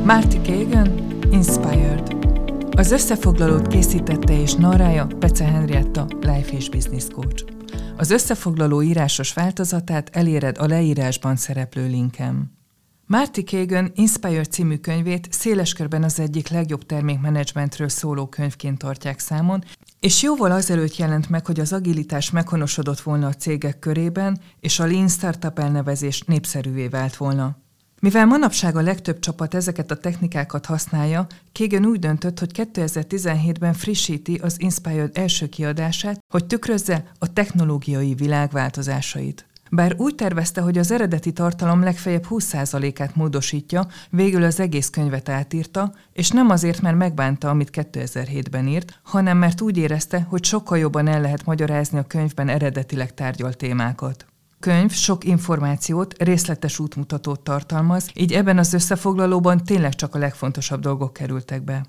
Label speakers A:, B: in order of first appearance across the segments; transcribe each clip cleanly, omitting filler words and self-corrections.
A: Marty Kagan, Inspired. Az összefoglalót készítette és narrálja Pece Henrietta, Life és Business Coach. Az összefoglaló írásos változatát eléred a leírásban szereplő linken. Marty Kagan Inspired című könyvét széles körben az egyik legjobb termékmenedzsmentről szóló könyvként tartják számon, és jóval azelőtt jelent meg, hogy az agilitás meghonosodott volna a cégek körében, és a Lean Startup elnevezés népszerűvé vált volna. Mivel manapság a legtöbb csapat ezeket a technikákat használja, Kagan úgy döntött, hogy 2017-ben frissíti az Inspired első kiadását, hogy tükrözze a technológiai világ változásait. Bár úgy tervezte, hogy az eredeti tartalom legfeljebb 20%-át módosítja, végül az egész könyvet átírta, és nem azért, mert megbánta, amit 2007-ben írt, hanem mert úgy érezte, hogy sokkal jobban el lehet magyarázni a könyvben eredetileg tárgyalt témákat. A könyv sok információt, részletes útmutatót tartalmaz, így ebben az összefoglalóban tényleg csak a legfontosabb dolgok kerültek be.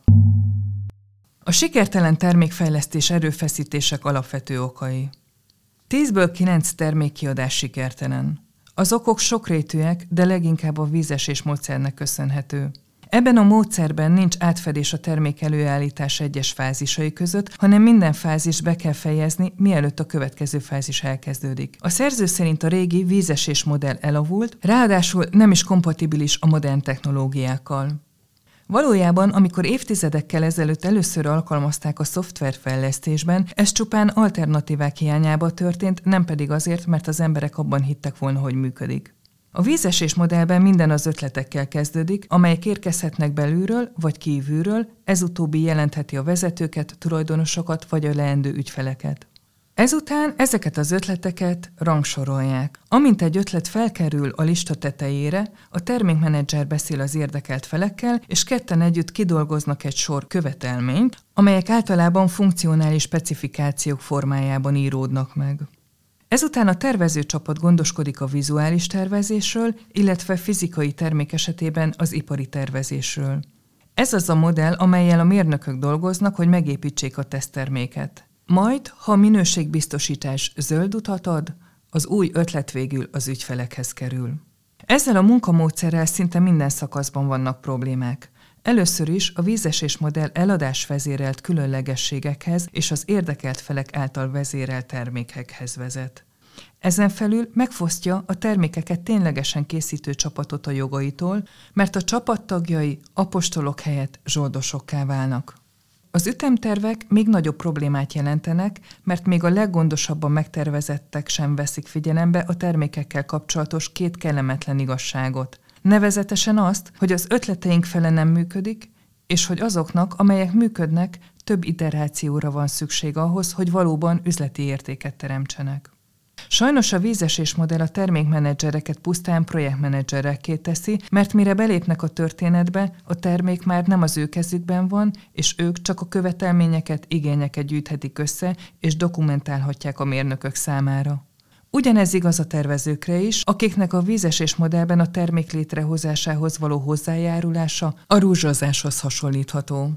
A: A sikertelen termékfejlesztés erőfeszítések alapvető okai. 10-ből 9 termékkiadás sikertelen. Az okok sokrétűek, de leginkább a vízesés módszernek köszönhető. Ebben a módszerben nincs átfedés a termék előállítás egyes fázisai között, hanem minden fázist be kell fejezni, mielőtt a következő fázis elkezdődik. A szerző szerint a régi vízesés modell elavult, ráadásul nem is kompatibilis a modern technológiákkal. Valójában, amikor évtizedekkel ezelőtt először alkalmazták a szoftverfejlesztésben, ez csupán alternatívák hiányába történt, nem pedig azért, mert az emberek abban hittek volna, hogy működik. A vízesés modellben minden az ötletekkel kezdődik, amelyek érkezhetnek belülről vagy kívülről, ez utóbbi jelentheti a vezetőket, tulajdonosokat vagy a leendő ügyfeleket. Ezután ezeket az ötleteket rangsorolják. Amint egy ötlet felkerül a lista tetejére, a termékmenedzser beszél az érdekelt felekkel, és ketten együtt kidolgoznak egy sor követelményt, amelyek általában funkcionális specifikációk formájában íródnak meg. Ezután a tervezőcsapat gondoskodik a vizuális tervezésről, illetve fizikai termék esetében az ipari tervezésről. Ez az a modell, amellyel a mérnökök dolgoznak, hogy megépítsék a tesztterméket. Majd, ha a minőségbiztosítás zöld utat ad, az új ötlet végül az ügyfelekhez kerül. Ezzel a munkamódszerrel szinte minden szakaszban vannak problémák. Először is a vízesés modell eladásvezérelt különlegességekhez és az érdekelt felek által vezérelt termékekhez vezet. Ezen felül megfosztja a termékeket ténylegesen készítő csapatot a jogaitól, mert a csapattagjai apostolok helyett zsoldosokká válnak. Az ütemtervek még nagyobb problémát jelentenek, mert még a leggondosabban megtervezettek sem veszik figyelembe a termékekkel kapcsolatos két kellemetlen igazságot. Nevezetesen azt, hogy az ötleteink fele nem működik, és hogy azoknak, amelyek működnek, több iterációra van szükség ahhoz, hogy valóban üzleti értéket teremtsenek. Sajnos a vízesés modell a termékmenedzsereket pusztán projektmenedzserekké teszi, mert mire belépnek a történetbe, a termék már nem az ő kezükben van, és ők csak a követelményeket, igényeket gyűjthetik össze, és dokumentálhatják a mérnökök számára. Ugyanez igaz a tervezőkre is, akiknek a vízesés modellben a termék létrehozásához való hozzájárulása a rúzsozáshoz hasonlítható.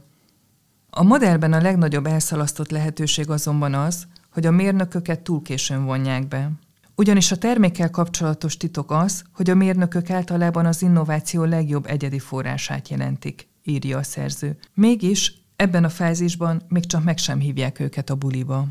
A: A modellben a legnagyobb elszalasztott lehetőség azonban az, hogy a mérnököket túl későn vonják be. Ugyanis a termékkel kapcsolatos titok az, hogy a mérnökök általában az innováció legjobb egyedi forrását jelentik, írja a szerző. Mégis ebben a fázisban még csak meg sem hívják őket a buliba.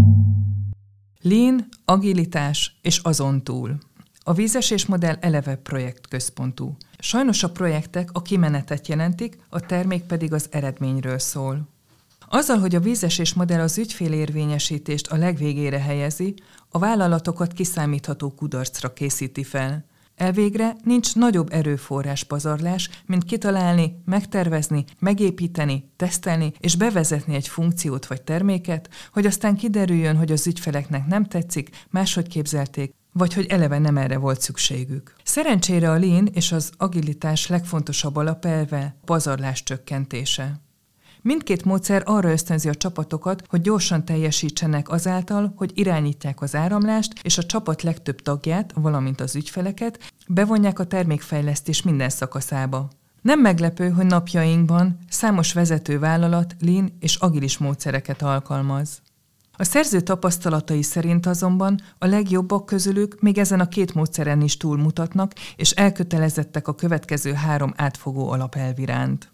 A: Lean, agilitás és azon túl. A vízesés modell eleve projektközpontú. Sajnos a projektek a kimenetet jelentik, a termék pedig az eredményről szól. Azzal, hogy a vízesés modell az ügyfélérvényesítést a legvégére helyezi, a vállalatokat kiszámítható kudarcra készíti fel. Elvégre nincs nagyobb erőforrás pazarlás, mint kitalálni, megtervezni, megépíteni, tesztelni és bevezetni egy funkciót vagy terméket, hogy aztán kiderüljön, hogy az ügyfeleknek nem tetszik, máshogy képzelték, vagy hogy eleve nem erre volt szükségük. Szerencsére a Lean és az agilitás legfontosabb alapelve a pazarlás csökkentése. Mindkét módszer arra ösztönzi a csapatokat, hogy gyorsan teljesítsenek azáltal, hogy irányítják az áramlást, és a csapat legtöbb tagját, valamint az ügyfeleket, bevonják a termékfejlesztés minden szakaszába. Nem meglepő, hogy napjainkban számos vezető vállalat Lean és agilis módszereket alkalmaz. A szerző tapasztalatai szerint azonban a legjobbak közülük még ezen a 2 módszeren is túlmutatnak, és elkötelezettek a következő 3 átfogó alapelv iránt.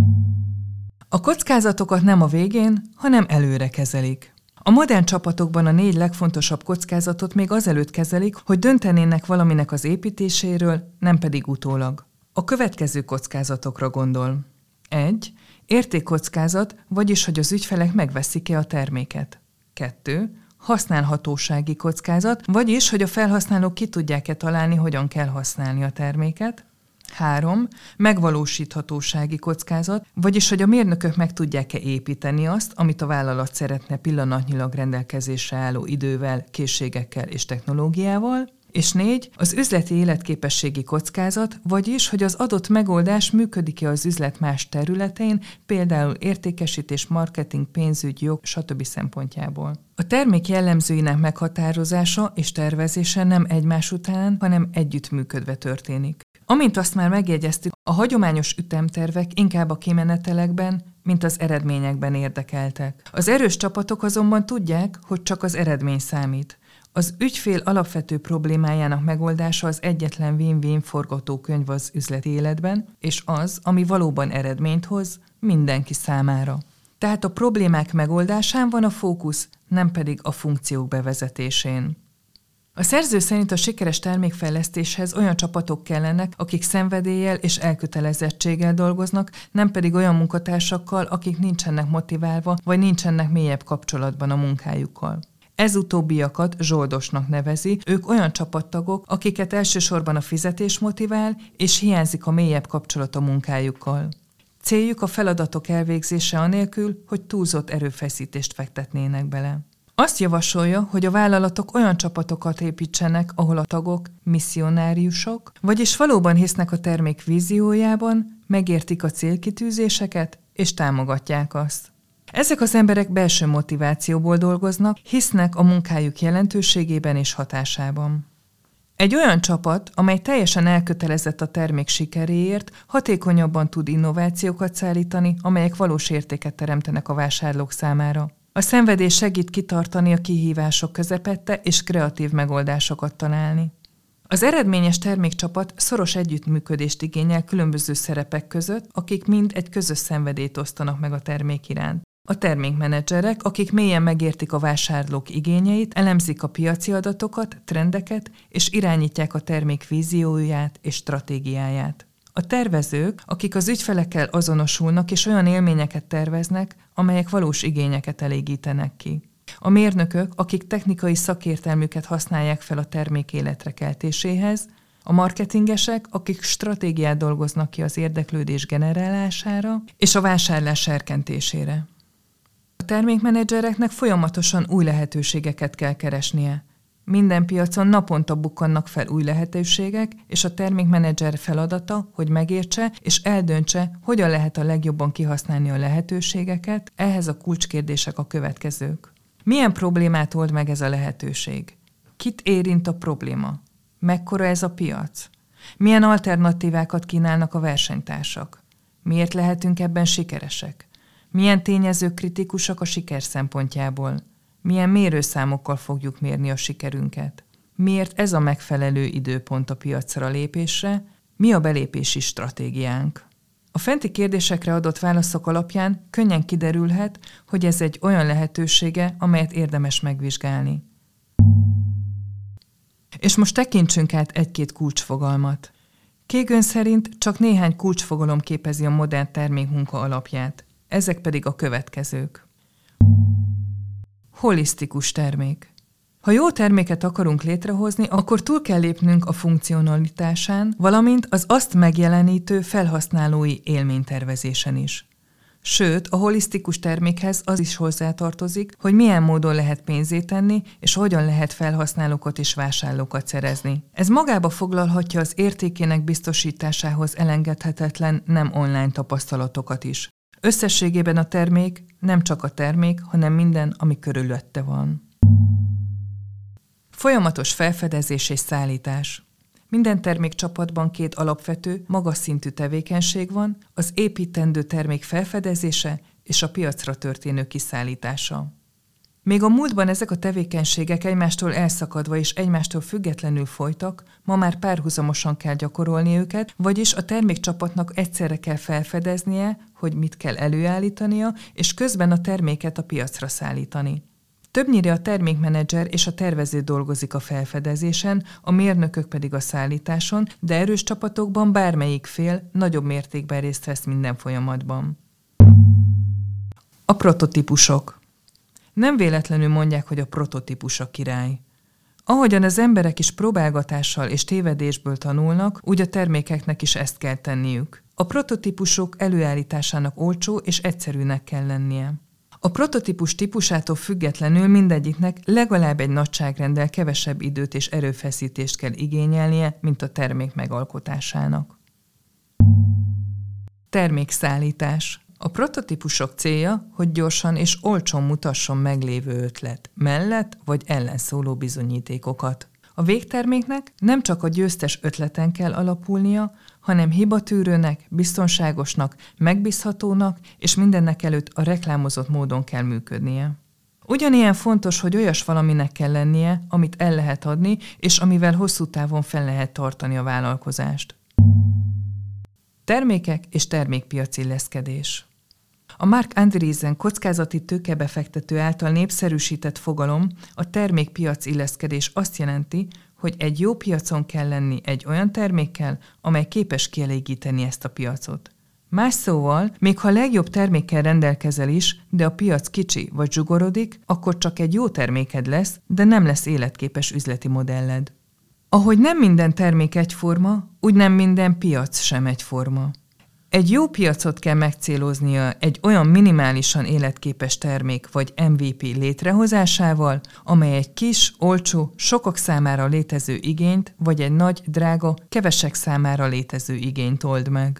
A: A kockázatokat nem a végén, hanem előre kezelik. A modern csapatokban a 4 legfontosabb kockázatot még azelőtt kezelik, hogy döntenének valaminek az építéséről, nem pedig utólag. A következő kockázatokra gondol. 1. Értékkockázat, vagyis hogy az ügyfelek megveszik-e a terméket. 2. Használhatósági kockázat, vagyis hogy a felhasználók ki tudják-e találni, hogyan kell használni a terméket. 3. Megvalósíthatósági kockázat, vagyis hogy a mérnökök meg tudják-e építeni azt, amit a vállalat szeretne pillanatnyilag rendelkezésre álló idővel, készségekkel és technológiával. És 4. Az üzleti életképességi kockázat, vagyis hogy az adott megoldás működik-e az üzlet más területein, például értékesítés, marketing, pénzügy, jog, stb. Szempontjából. A termék jellemzőinek meghatározása és tervezése nem egymás után, hanem együttműködve történik. Amint azt már megjegyeztük, a hagyományos ütemtervek inkább a kimenetelekben, mint az eredményekben érdekeltek. Az erős csapatok azonban tudják, hogy csak az eredmény számít. Az ügyfél alapvető problémájának megoldása az egyetlen win-win forgatókönyv az üzleti életben, és az, ami valóban eredményt hoz mindenki számára. Tehát a problémák megoldásán van a fókusz, nem pedig a funkciók bevezetésén. A szerző szerint a sikeres termékfejlesztéshez olyan csapatok kellenek, akik szenvedéllyel és elkötelezettséggel dolgoznak, nem pedig olyan munkatársakkal, akik nincsenek motiválva, vagy nincsenek mélyebb kapcsolatban a munkájukkal. Ez utóbbiakat zsoldosnak nevezi, ők olyan csapattagok, akiket elsősorban a fizetés motivál, és hiányzik a mélyebb kapcsolat a munkájukkal. Céljuk a feladatok elvégzése anélkül, hogy túlzott erőfeszítést fektetnének bele. Azt javasolja, hogy a vállalatok olyan csapatokat építsenek, ahol a tagok misszionáriusok, vagyis valóban hisznek a termék víziójában, megértik a célkitűzéseket, és támogatják azt. Ezek az emberek belső motivációból dolgoznak, hisznek a munkájuk jelentőségében és hatásában. Egy olyan csapat, amely teljesen elkötelezett a termék sikeréért, hatékonyabban tud innovációkat szállítani, amelyek valós értéket teremtenek a vásárlók számára. A szenvedés segít kitartani a kihívások közepette és kreatív megoldásokat találni. Az eredményes termékcsapat szoros együttműködést igényel különböző szerepek között, akik mind egy közös szenvedélyt osztanak meg a termék iránt. A termékmenedzserek, akik mélyen megértik a vásárlók igényeit, elemzik a piaci adatokat, trendeket, és irányítják a termék vízióját és stratégiáját. A tervezők, akik az ügyfelekkel azonosulnak és olyan élményeket terveznek, amelyek valós igényeket elégítenek ki. A mérnökök, akik technikai szakértelmüket használják fel a termék életre keltéséhez, a marketingesek, akik stratégiát dolgoznak ki az érdeklődés generálására és a vásárlás serkentésére. A termékmenedzsereknek folyamatosan új lehetőségeket kell keresnie. Minden piacon naponta bukkannak fel új lehetőségek, és a termékmenedzser feladata, hogy megértse és eldöntse, hogyan lehet a legjobban kihasználni a lehetőségeket, ehhez a kulcskérdések a következők. Milyen problémát old meg ez a lehetőség? Kit érint a probléma? Mekkora ez a piac? Milyen alternatívákat kínálnak a versenytársak? Miért lehetünk ebben sikeresek? Milyen tényezők kritikusak a siker szempontjából? Milyen mérőszámokkal fogjuk mérni a sikerünket? Miért ez a megfelelő időpont a piacra lépésre? Mi a belépési stratégiánk? A fenti kérdésekre adott válaszok alapján könnyen kiderülhet, hogy ez egy olyan lehetősége, amelyet érdemes megvizsgálni. És most tekintsünk át egy-két kulcsfogalmat. Kagan szerint csak néhány kulcsfogalom képezi a modern termékmunka alapját, ezek pedig a következők. Holisztikus termék. Ha jó terméket akarunk létrehozni, akkor túl kell lépnünk a funkcionalitásán, valamint az azt megjelenítő felhasználói élménytervezésen is. Sőt, a holisztikus termékhez az is hozzátartozik, hogy milyen módon lehet pénzét tenni, és hogyan lehet felhasználókat és vásárlókat szerezni. Ez magába foglalhatja az értékének biztosításához elengedhetetlen nem online tapasztalatokat is. Összességében a termék nem csak a termék, hanem minden, ami körülötte van. Folyamatos felfedezés és szállítás. Minden termékcsapatban 2 alapvető, magas szintű tevékenység van, az építendő termék felfedezése és a piacra történő kiszállítása. Még a múltban ezek a tevékenységek egymástól elszakadva és egymástól függetlenül folytak, ma már párhuzamosan kell gyakorolni őket, vagyis a termékcsapatnak egyszerre kell felfedeznie, hogy mit kell előállítania, és közben a terméket a piacra szállítani. Többnyire a termékmenedzser és a tervező dolgozik a felfedezésen, a mérnökök pedig a szállításon, de erős csapatokban bármelyik fél nagyobb mértékben részt vesz minden folyamatban. A prototípusok. Nem véletlenül mondják, hogy a prototípus a király. Ahogyan az emberek is próbálgatással és tévedésből tanulnak, úgy a termékeknek is ezt kell tenniük. A prototípusok előállításának olcsó és egyszerűnek kell lennie. A prototípus típusától függetlenül mindegyiknek legalább egy nagyságrenddel kevesebb időt és erőfeszítést kell igényelnie, mint a termék megalkotásának. Termékszállítás. A prototípusok célja, hogy gyorsan és olcsón mutasson meglévő ötlet, mellett vagy ellenszóló bizonyítékokat. A végterméknek nem csak a győztes ötleten kell alapulnia, hanem hibatűrőnek, biztonságosnak, megbízhatónak és mindennek előtt a reklámozott módon kell működnie. Ugyanilyen fontos, hogy olyas valaminek kell lennie, amit el lehet adni, és amivel hosszú távon fenn lehet tartani a vállalkozást. Termékek és termékpiacilleszkedés. A Marc Andreessen kockázati tőkebefektető által népszerűsített fogalom, a termékpiacilleszkedés azt jelenti, hogy egy jó piacon kell lenni egy olyan termékkel, amely képes kielégíteni ezt a piacot. Más szóval, még ha a legjobb termékkel rendelkezel is, de a piac kicsi vagy zsugorodik, akkor csak egy jó terméked lesz, de nem lesz életképes üzleti modelled. Ahogy nem minden termék egyforma, úgy nem minden piac sem egyforma. Egy jó piacot kell megcéloznia egy olyan minimálisan életképes termék vagy MVP létrehozásával, amely egy kis, olcsó, sokak számára létező igényt, vagy egy nagy, drága, kevesek számára létező igényt old meg.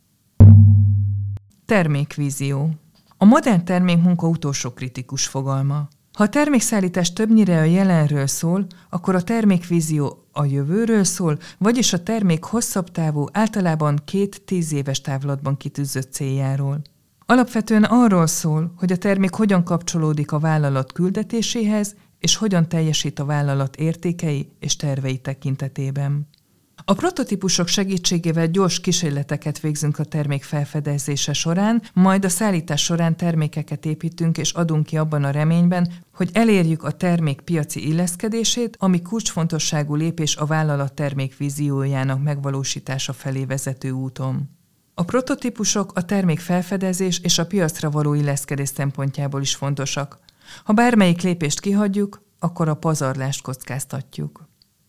A: Termékvízió. A modern termékmunka utolsó kritikus fogalma. Ha a termékszállítás többnyire a jelenről szól, akkor a termékvízió a jövőről szól, vagyis a termék hosszabb távú, általában 2-10 éves távlatban kitűzött céljáról. Alapvetően arról szól, hogy a termék hogyan kapcsolódik a vállalat küldetéséhez, és hogyan teljesít a vállalat értékei és tervei tekintetében. A prototípusok segítségével gyors kísérleteket végzünk a termék felfedezése során, majd a szállítás során termékeket építünk és adunk ki abban a reményben, hogy elérjük a termék piaci illeszkedését, ami kulcsfontosságú lépés a vállalat termékvíziójának megvalósítása felé vezető úton. A prototípusok a termék felfedezés és a piacra való illeszkedés szempontjából is fontosak. Ha bármelyik lépést kihagyjuk, akkor a pazarlást kockáztatjuk.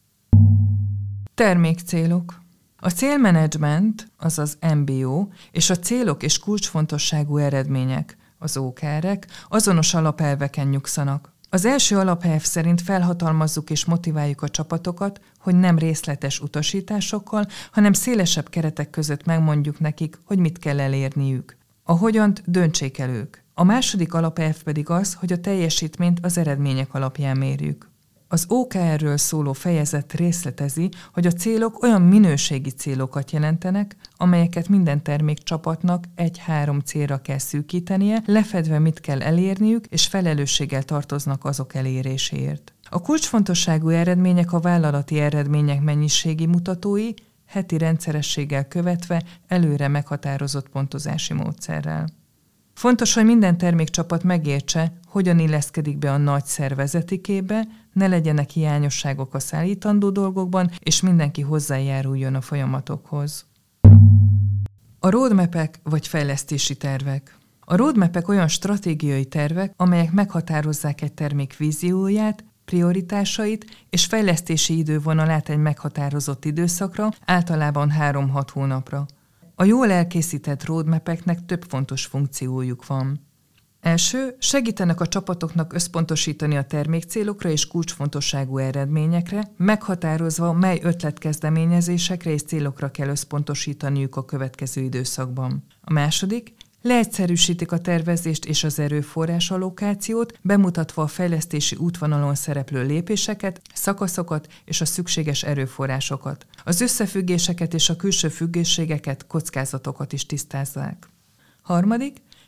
A: Termékcélok. A célmenedzsment, azaz MBO, és a célok és kulcsfontosságú eredmények, az OKR-ek azonos alapelveken nyugszanak. Az első alapelv szerint felhatalmazzuk és motiváljuk a csapatokat, hogy nem részletes utasításokkal, hanem szélesebb keretek között megmondjuk nekik, hogy mit kell elérniük. A hogyant döntsék el ők. A második alapelv pedig az, hogy a teljesítményt az eredmények alapján mérjük. Az OKR-ről szóló fejezet részletezi, hogy a célok olyan minőségi célokat jelentenek, amelyeket minden termékcsapatnak 1-3 célra kell szűkítenie, lefedve mit kell elérniük, és felelősséggel tartoznak azok eléréséért. A kulcsfontosságú eredmények a vállalati eredmények mennyiségi mutatói, heti rendszerességgel követve előre meghatározott pontozási módszerrel. Fontos, hogy minden termékcsapat megértse, hogyan illeszkedik be a nagy szervezeti képbe, ne legyenek hiányosságok a szállítandó dolgokban, és mindenki hozzájáruljon a folyamatokhoz. A roadmap-ek vagy fejlesztési tervek. A roadmap-ek olyan stratégiai tervek, amelyek meghatározzák egy termék vízióját, prioritásait és fejlesztési idővonalát egy meghatározott időszakra, általában 3-6 hónapra. A jól elkészített roadmap-eknek több fontos funkciójuk van. Első, segítenek a csapatoknak összpontosítani a termékcélokra és kulcsfontosságú eredményekre, meghatározva, mely ötletkezdeményezésekre és célokra kell összpontosítaniuk a következő időszakban. A második, leegyszerűsítik a tervezést és az erőforrás allokációt, bemutatva a fejlesztési útvonalon szereplő lépéseket, szakaszokat és a szükséges erőforrásokat. Az összefüggéseket és a külső függőségeket, kockázatokat is tisztázzák. Harmadik,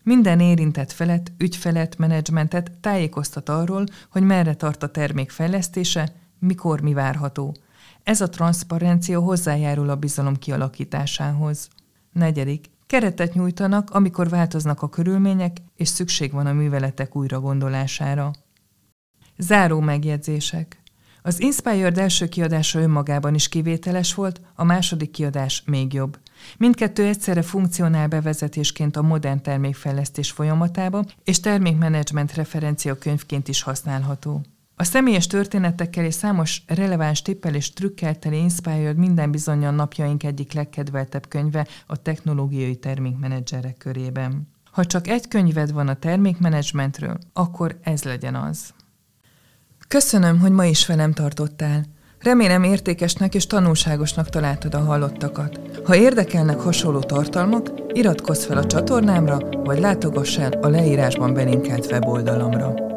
A: Minden érintett felet, ügyfelet, menedzsmentet tájékoztat arról, hogy merre tart a termék fejlesztése, mikor mi várható. Ez a transzparencia hozzájárul a bizalom kialakításához. 4. Keretet nyújtanak, amikor változnak a körülmények, és szükség van a műveletek újragondolására. Záró megjegyzések. Az Inspired első kiadása önmagában is kivételes volt, a második kiadás még jobb. Mindkettő egyszerre funkcionál bevezetésként a modern termékfejlesztés folyamatába, és termékmenedzsment referenciakönyvként is használható. A személyes történetekkel és számos releváns tippel és trükkel teli Inspired minden bizonnyal napjaink egyik legkedveltebb könyve a technológiai termékmenedzserek körében. Ha csak egy könyved van a termékmenedzsmentről, akkor ez legyen az. Köszönöm, hogy ma is velem tartottál. Remélem értékesnek és tanulságosnak találtad a hallottakat. Ha érdekelnek hasonló tartalmak, iratkozz fel a csatornámra, vagy látogass el a leírásban belinkelt weboldalamra.